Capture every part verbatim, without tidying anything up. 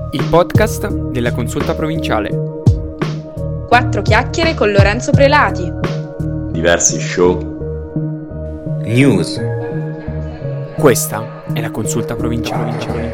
Il podcast della Consulta Provinciale. Quattro chiacchiere con Lorenzo Prelati. Diversi show. News. Questa è la Consulta Provinciale.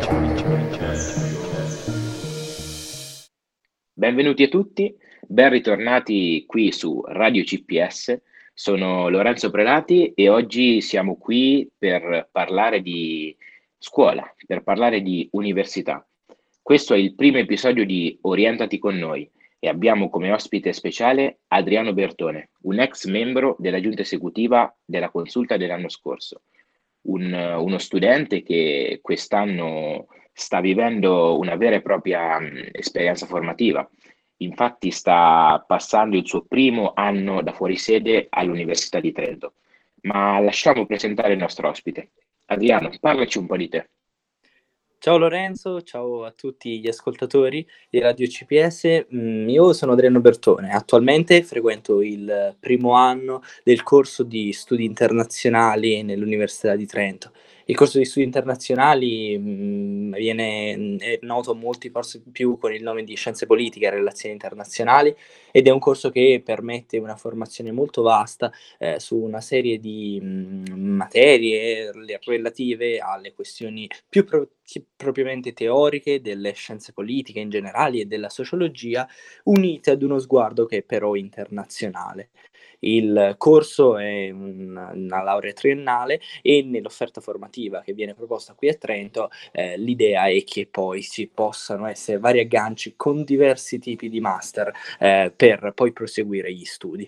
Benvenuti a tutti, ben ritornati qui su Radio C P S. Sono Lorenzo Prelati e oggi siamo qui per parlare di scuola, per parlare di università. Questo è il primo episodio di Orientati con noi e abbiamo come ospite speciale Adriano Bertone, un ex membro della giunta esecutiva della Consulta dell'anno scorso, un, uno studente che quest'anno sta vivendo una vera e propria mh, esperienza formativa. Infatti sta passando il suo primo anno da fuorisede all'Università di Trento. Ma lasciamo presentare il nostro ospite. Adriano, parlaci un po' di te. Ciao Lorenzo, ciao a tutti gli ascoltatori di Radio C P S. Mm, io sono Adriano Bertone, attualmente frequento il primo anno del corso di studi internazionali nell'Università di Trento. Il corso di studi internazionali mh, viene, è noto a molti forse più con il nome di Scienze Politiche e Relazioni Internazionali ed è un corso che permette una formazione molto vasta eh, su una serie di mh, materie relative alle questioni più pro- propriamente teoriche delle scienze politiche in generale e della sociologia, unite ad uno sguardo che è però internazionale. Il corso è una, una laurea triennale e nell'offerta formativa che viene proposta qui a Trento eh, l'idea è che poi ci possano essere vari agganci con diversi tipi di master eh, per poi proseguire gli studi.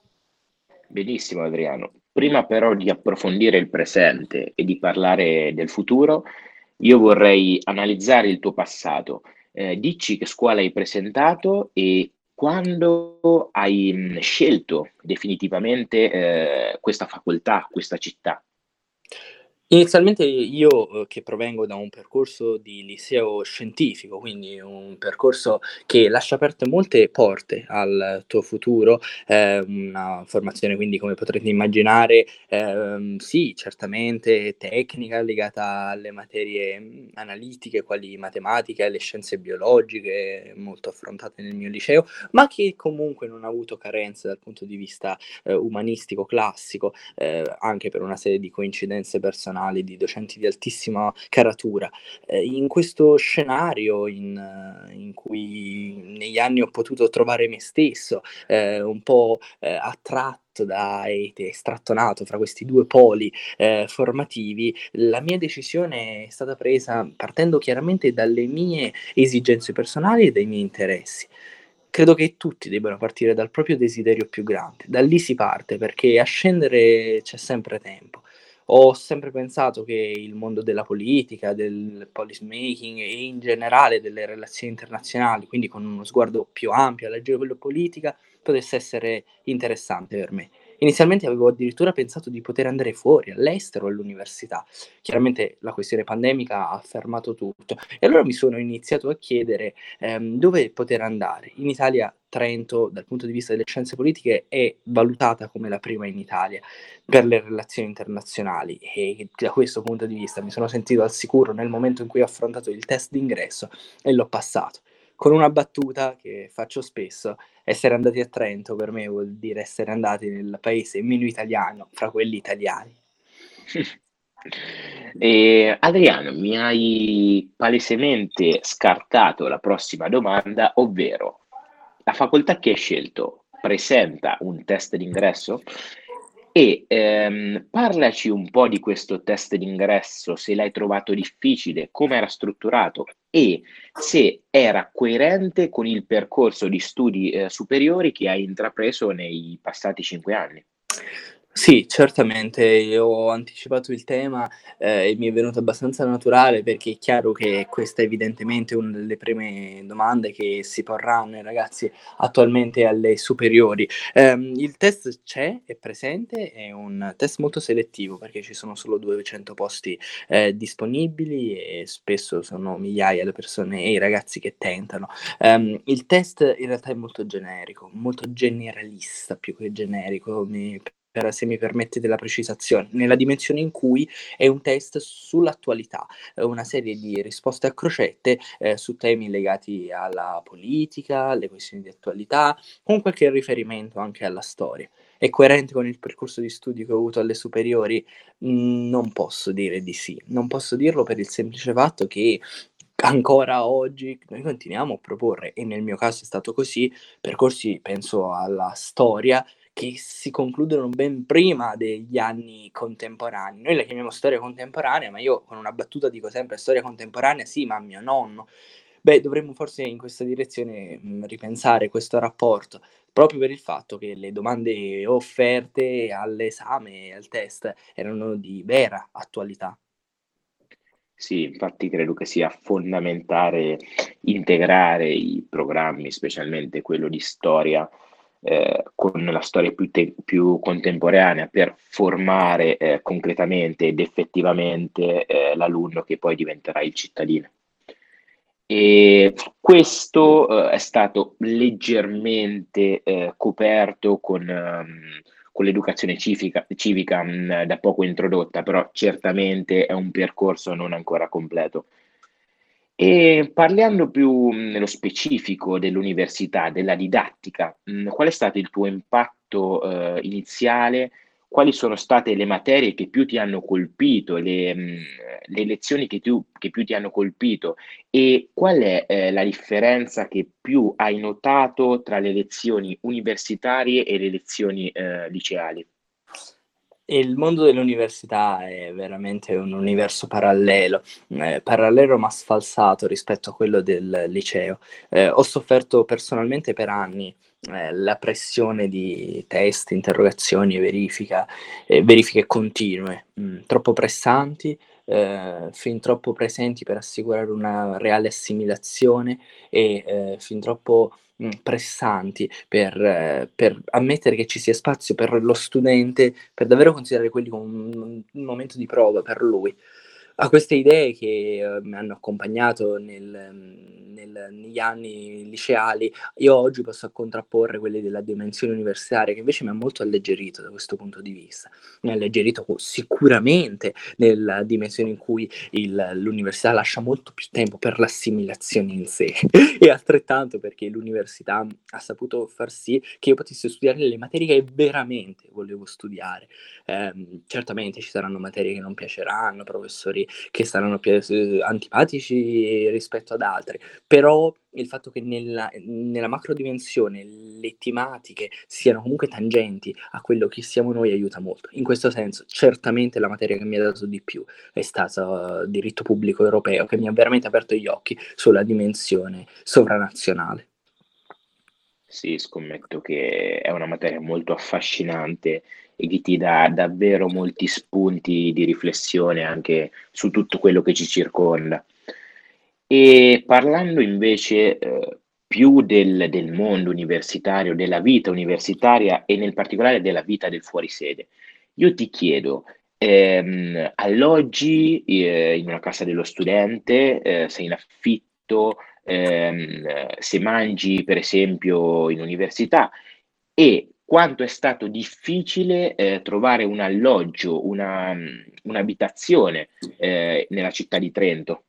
Benissimo Adriano. Prima però di approfondire il presente e di parlare del futuro, io vorrei analizzare il tuo passato. Eh, dici che scuola hai presentato e quando hai mh, scelto definitivamente eh, questa facoltà, questa città. Inizialmente io eh, che provengo da un percorso di liceo scientifico, quindi un percorso che lascia aperte molte porte al tuo futuro, eh, una formazione quindi come potrete immaginare, ehm, sì, certamente tecnica legata alle materie mh, analitiche, quali matematica e le scienze biologiche, molto affrontate nel mio liceo, ma che comunque non ha avuto carenze dal punto di vista eh, umanistico classico, eh, anche per una serie di coincidenze personali di docenti di altissima caratura. Eh, in questo scenario in, eh, in cui negli anni ho potuto trovare me stesso, eh, un po' eh, attratto da e strattonato fra questi due poli eh, formativi, la mia decisione è stata presa partendo chiaramente dalle mie esigenze personali e dai miei interessi. Credo che tutti debbano partire dal proprio desiderio più grande, da lì si parte perché a scendere c'è sempre tempo. Ho sempre pensato che il mondo della politica, del policy making e in generale delle relazioni internazionali, quindi con uno sguardo più ampio alla geopolitica, potesse essere interessante per me. Inizialmente avevo addirittura pensato di poter andare fuori, all'estero, all'università. Chiaramente la questione pandemica ha fermato tutto e allora mi sono iniziato a chiedere ehm, dove poter andare. In Italia Trento, dal punto di vista delle scienze politiche, è valutata come la prima in Italia per le relazioni internazionali e da questo punto di vista mi sono sentito al sicuro nel momento in cui ho affrontato il test d'ingresso e l'ho passato. Con una battuta che faccio spesso, essere andati a Trento per me vuol dire essere andati nel paese meno italiano fra quelli italiani. E, Adriano, mi hai palesemente scartato la prossima domanda, ovvero la facoltà che hai scelto presenta un test d'ingresso? E ehm, parlaci un po' di questo test d'ingresso, se l'hai trovato difficile, come era strutturato e se era coerente con il percorso di studi eh, superiori che hai intrapreso nei passati cinque anni. Sì, certamente, io ho anticipato il tema eh, e mi è venuto abbastanza naturale perché è chiaro che questa è evidentemente una delle prime domande che si porranno i ragazzi attualmente alle superiori. Ehm, il test c'è, è presente, è un test molto selettivo perché ci sono solo duecento posti eh, disponibili e spesso sono migliaia le persone e i ragazzi che tentano. Ehm, il test in realtà è molto generico, molto generalista più che generico, mi per se mi permettete la precisazione, nella dimensione in cui è un test sull'attualità, è una serie di risposte a crocette eh, su temi legati alla politica, alle questioni di attualità, con qualche riferimento anche alla storia. È coerente con il percorso di studi che ho avuto alle superiori? Mm, Non posso dire di sì, non posso dirlo per il semplice fatto che ancora oggi noi continuiamo a proporre, e nel mio caso è stato così, percorsi, penso alla storia, che si concludono ben prima degli anni contemporanei. Noi la chiamiamo storia contemporanea, ma io con una battuta dico sempre storia contemporanea, sì, ma mio nonno. Beh, dovremmo forse in questa direzione mh, ripensare questo rapporto, proprio per il fatto che le domande offerte all'esame e al test erano di vera attualità. Sì, infatti credo che sia fondamentale integrare i programmi, specialmente quello di storia, eh, con la storia più, te- più contemporanea per formare eh, concretamente ed effettivamente eh, l'alunno che poi diventerà il cittadino. E questo eh, è stato leggermente eh, coperto con, ehm, con l'educazione civica, civica mh, da poco introdotta, però certamente è un percorso non ancora completo. E parlando più mh, nello specifico dell'università, della didattica, mh, qual è stato il tuo impatto eh, iniziale? Quali sono state le materie che più ti hanno colpito, le, mh, le lezioni che, tu- che più ti hanno colpito e qual è eh, la differenza che più hai notato tra le lezioni universitarie e le lezioni eh, liceali? E il mondo dell'università è veramente un universo parallelo, eh, parallelo ma sfalsato rispetto a quello del liceo. Eh, ho sofferto personalmente per anni eh, la pressione di test, interrogazioni, verifica, eh, verifiche continue, mh, troppo pressanti, eh, fin troppo presenti per assicurare una reale assimilazione e eh, fin troppo mh, pressanti per, eh, per ammettere che ci sia spazio per lo studente, per davvero considerare quelli come un, un momento di prova per lui. A queste idee che eh, mi hanno accompagnato nel, nel- negli anni liceali, io oggi posso contrapporre quelle della dimensione universitaria, che invece mi ha molto alleggerito da questo punto di vista. Mi ha alleggerito sicuramente nella dimensione in cui il- l'università lascia molto più tempo per l'assimilazione in sé e altrettanto perché l'università ha saputo far sì che io potessi studiare le materie che veramente volevo studiare. Ehm, certamente ci saranno materie che non piaceranno, professori che saranno più eh, antipatici rispetto ad altri, però il fatto che nella, nella macro dimensione le tematiche siano comunque tangenti a quello che siamo noi aiuta molto. In questo senso, certamente la materia che mi ha dato di più è stata uh, diritto pubblico europeo, che mi ha veramente aperto gli occhi sulla dimensione sovranazionale. Sì, scommetto che è una materia molto affascinante e che ti dà davvero molti spunti di riflessione anche su tutto quello che ci circonda. E parlando invece eh, più del, del mondo universitario, della vita universitaria e nel particolare della vita del fuorisede, io ti chiedo, ehm, alloggi eh, in una casa dello studente, eh, sei in affitto, ehm, se mangi per esempio in università e quanto è stato difficile eh, trovare un alloggio, una, mh, un'abitazione eh, nella città di Trento.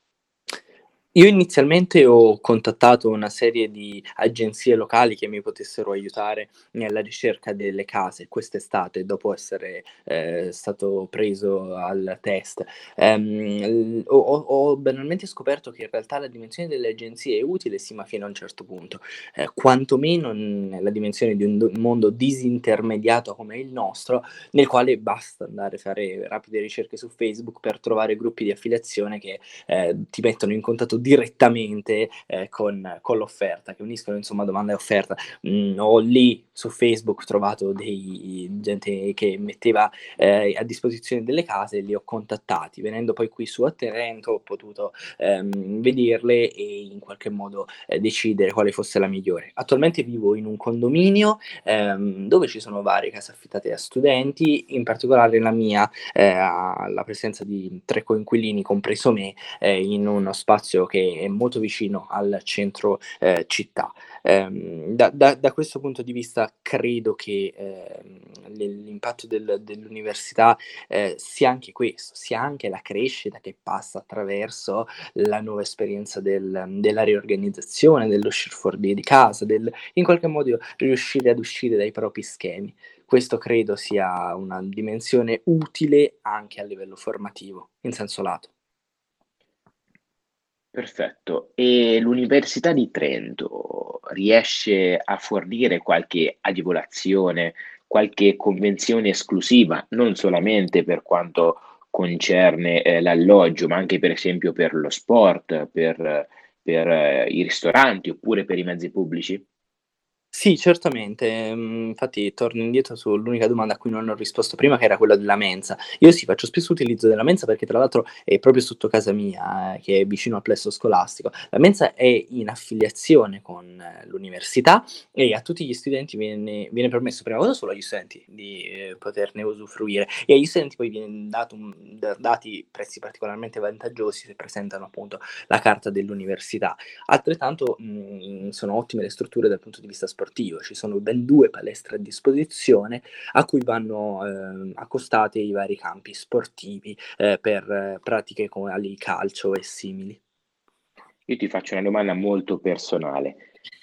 Io inizialmente ho contattato una serie di agenzie locali che mi potessero aiutare nella ricerca delle case quest'estate, dopo essere eh, stato preso al test. Ehm, l- ho, ho- ho banalmente scoperto che in realtà la dimensione delle agenzie è utile, sì, ma fino a un certo punto. Eh, quantomeno nella dimensione di un do- mondo disintermediato come il nostro, nel quale basta andare a fare rapide ricerche su Facebook per trovare gruppi di affiliazione che eh, ti mettono in contatto direttamente eh, con, con l'offerta, che uniscono insomma domanda e offerta. Mm, ho lì su Facebook trovato dei gente che metteva eh, a disposizione delle case, li ho contattati. Venendo poi qui su a Trento ho potuto ehm, vederle e in qualche modo eh, decidere quale fosse la migliore. Attualmente vivo in un condominio ehm, dove ci sono varie case affittate a studenti, in particolare la mia eh, ha la presenza di tre coinquilini, compreso me, eh, in uno spazio che è molto vicino al centro eh, città. Ehm, da, da- da questo punto di vista credo che ehm, l- l'impatto del- dell'università eh, sia anche questo, sia anche la crescita che passa attraverso la nuova esperienza del- della riorganizzazione, dell'uscire fuori di casa, del in qualche modo riuscire ad uscire dai propri schemi. Questo credo sia una dimensione utile anche a livello formativo, in senso lato. Perfetto. E l'Università di Trento riesce a fornire qualche agevolazione, qualche convenzione esclusiva, non solamente per quanto concerne, ehm, l'alloggio, ma anche per esempio per lo sport, per per eh, i ristoranti oppure per i mezzi pubblici? Sì, certamente. Ehm, infatti torno indietro sull'unica domanda a cui non ho risposto prima, che era quella della mensa. Io sì, faccio spesso utilizzo della mensa perché tra l'altro è proprio sotto casa mia, eh, che è vicino al plesso scolastico. La mensa è in affiliazione con eh, l'università e a tutti gli studenti viene, viene permesso, prima cosa solo agli studenti, di eh, poterne usufruire e agli studenti poi viene dato un- da- dati prezzi particolarmente vantaggiosi se presentano appunto la carta dell'università. Altrettanto, mhmm, sono ottime le strutture dal punto di vista sportivo. Ci sono ben due palestre a disposizione a cui vanno, ehm, accostati i vari campi sportivi, ehm, per eh, pratiche quali calcio e simili. Io ti faccio una domanda molto personale.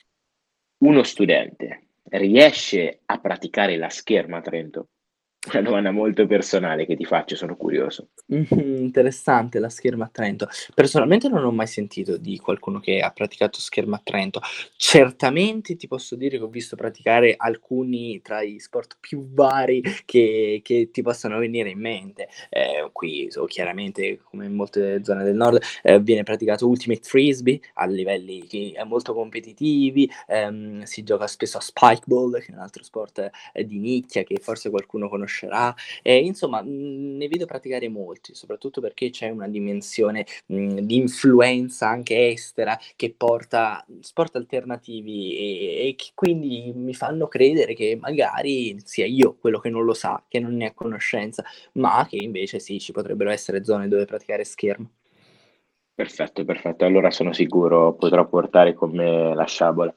Uno studente riesce a praticare la scherma a Trento? Una domanda molto personale che ti faccio, sono curioso. Mh-mh, interessante la scherma a Trento. Personalmente non ho mai sentito di qualcuno che ha praticato scherma a Trento. Certamente ti posso dire che ho visto praticare alcuni tra gli sport più vari che che ti possano venire in mente. Ehm, qui so chiaramente, come in molte zone del nord, ehm, viene praticato Ultimate Frisbee a livelli che è molto competitivi, ehm, si gioca spesso a Spikeball, che è un altro sport, ehm, di nicchia che forse qualcuno conoscerà. E insomma, mhmm, ne vedo praticare molti, soprattutto perché c'è una dimensione, mhmm, di influenza anche estera che porta sport alternativi e e che quindi mi fanno credere che magari sia io quello che non lo sa, che non ne è a conoscenza, ma che invece sì, ci potrebbero essere zone dove praticare scherma. Perfetto, perfetto. Allora sono sicuro potrò portare con me la sciabola.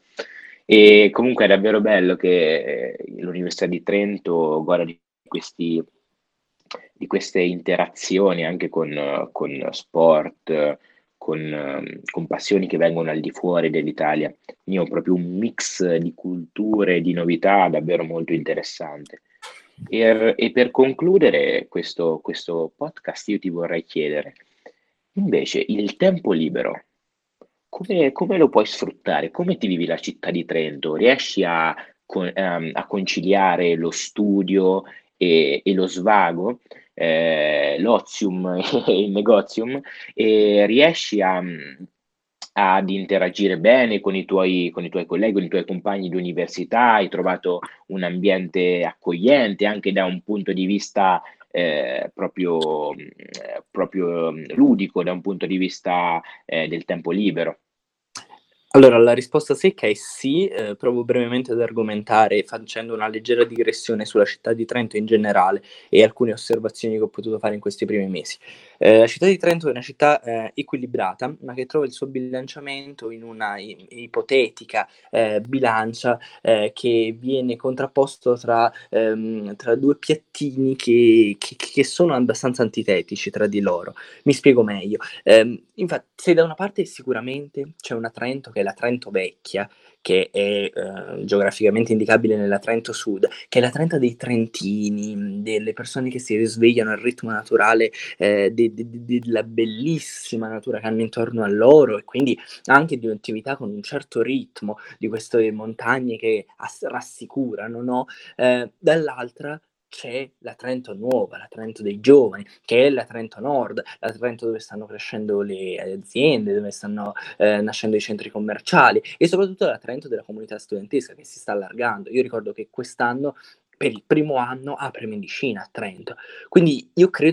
E comunque è davvero bello che eh, l'Università di Trento goda di questi di queste interazioni anche con eh, con sport, eh, con ehm, con passioni che vengono al di fuori dell'Italia. Quindi ho proprio un mix di culture e di novità davvero molto interessante. Er e per concludere questo questo podcast io ti vorrei chiedere, invece il tempo libero come come lo puoi sfruttare? Come ti vivi la città di Trento? Riesci a co ehm, a conciliare lo studio e e lo svago, ehm, l'ozium e il negozium, e riesci a mhmm, ad interagire bene con i tuoi con i tuoi colleghi, con i tuoi compagni di università? Hai trovato un ambiente accogliente anche da un punto di vista, ehm, proprio mhmm, ehm, proprio, mhmm, ludico, da un punto di vista, ehm, del tempo libero? Allora, la risposta secca è sì, ehm, provo brevemente ad argomentare facendo una leggera digressione sulla città di Trento in generale e alcune osservazioni che ho potuto fare in questi primi mesi. Ehm, la città di Trento è una città, ehm, equilibrata, ma che trova il suo bilanciamento in una i ipotetica, ehm, bilancia, ehm, che viene contrapposto tra ehm, tra due piattini che che che sono abbastanza antitetici tra di loro. Mi spiego meglio. Ehm, infa se da una parte sicuramente c'è una Trento che è la Trento vecchia, che è, ehm, geograficamente indicabile nella Trento Sud, che è la Trento dei trentini, mhmm, delle persone che si risvegliano al ritmo naturale, ehm, de de de della bellissima natura che hanno intorno a loro e quindi anche di un'attività con un certo ritmo, di queste montagne che ass rassicurano, no, ehm, dall'altra c'è la Trento nuova, la Trento dei giovani, che è la Trento Nord, la Trento dove stanno crescendo le aziende, dove stanno, ehm, nascendo i centri commerciali e soprattutto la Trento della comunità studentesca che si sta allargando. Io ricordo che quest'anno, per il primo anno, apre medicina a Trento. Quindi io credo che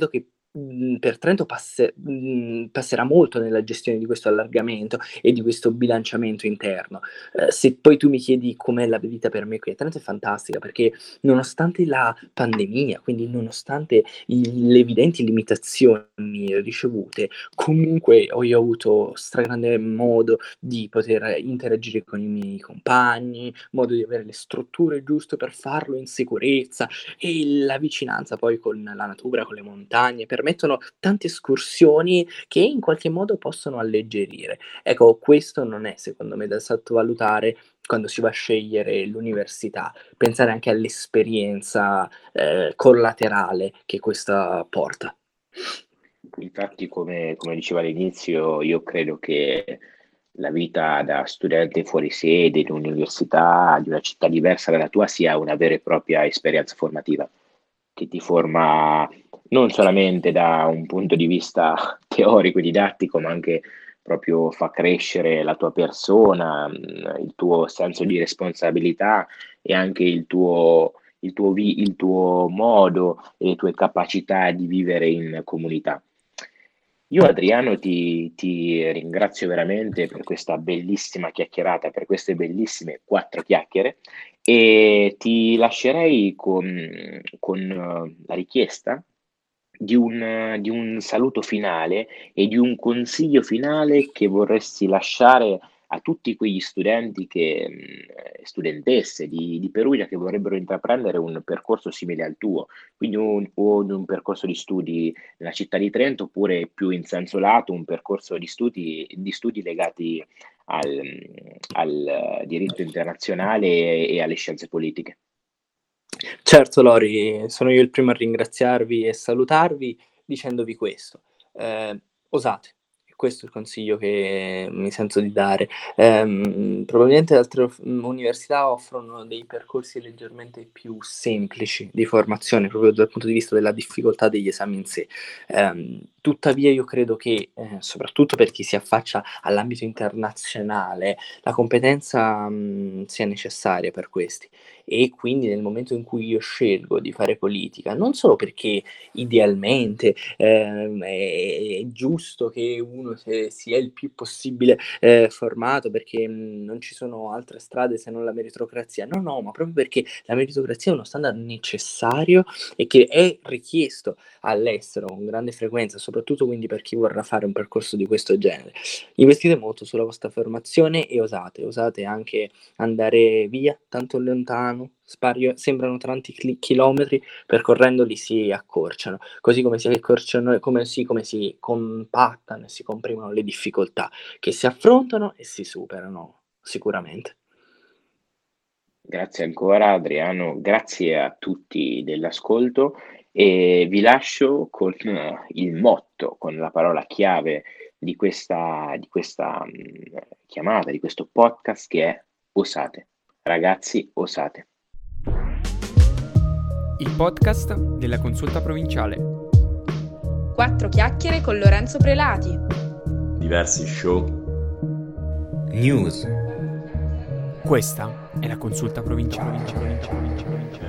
mhmm, per Trento passe mhmm, passerà molto nella gestione di questo allargamento e di questo bilanciamento interno. Ehm, se poi tu mi chiedi com'è la vita per me qui a Trento, è fantastica, perché nonostante la pandemia, quindi nonostante i le evidenti limitazioni ricevute, comunque ho io ho avuto stragrande modo di poter interagire con i miei compagni, modo di avere le strutture giuste per farlo in sicurezza, e la vicinanza poi con la natura, con le montagne, permettono tante escursioni che in qualche modo possono alleggerire. Ecco, questo non è secondo me da sottovalutare quando si va a scegliere l'università, pensare anche all'esperienza, ehm, collaterale che questa porta. Infatti, come, come dicevo all'inizio, io credo che la vita da studente fuori sede in un'università di una città diversa dalla tua sia una vera e propria esperienza formativa, che ti forma non solamente da un punto di vista teorico e didattico, ma anche proprio fa crescere la tua persona, mh, il tuo senso di responsabilità e anche il tuo, il tuo, vi- il tuo modo e le tue capacità di vivere in comunità. Io Adriano ti, ti ringrazio veramente per questa bellissima chiacchierata, per queste bellissime quattro chiacchiere e ti lascerei con, con, eh, la richiesta di un, eh, di un saluto finale e di un consiglio finale che vorresti lasciare a tutti quegli studenti che, mh, studentesse di, di Perugia che vorrebbero intraprendere un percorso simile al tuo, quindi un, o un percorso di studi nella città di Trento oppure più in senso lato un percorso di studi, di studi legati al, al diritto internazionale e, e alle scienze politiche. Certo Lori, sono io il primo a ringraziarvi e salutarvi dicendovi questo: ehm, osate, questo è il consiglio che mi sento di dare. Ehm, probabilmente altre f mhmm, università offrono dei percorsi leggermente più semplici di formazione, proprio dal punto di vista della difficoltà degli esami in sé. Ehm, tuttavia io credo che, ehm, soprattutto per chi si affaccia all'ambito internazionale, la competenza, mhmm, sia necessaria per questi. E quindi nel momento in cui io scelgo di fare politica, non solo perché idealmente, ehm, è è giusto che uno se sia il più possibile, ehm, formato, perché, mhmm, non ci sono altre strade se non la meritocrazia. No, no, ma proprio perché la meritocrazia è uno standard necessario e che è richiesto all'estero con grande frequenza, soprattutto quindi per chi vorrà fare un percorso di questo genere. Investite molto sulla vostra formazione e osate, osate anche andare via tanto lontano, spario sembrano tanti cli chilometri, percorrendoli si accorciano, così come si accorciano come sì, come si compattano e si comprimono le difficoltà, che si affrontano e si superano sicuramente. Grazie ancora Adriano, grazie a tutti dell'ascolto e vi lascio con eh, il motto, con la parola chiave di questa, di questa mh, chiamata, di questo podcast che è osate. Ragazzi, osate. Il podcast della Consulta Provinciale. Quattro chiacchiere con Lorenzo Prelati. Diversi show. News. Questa è la Consulta Provinciale.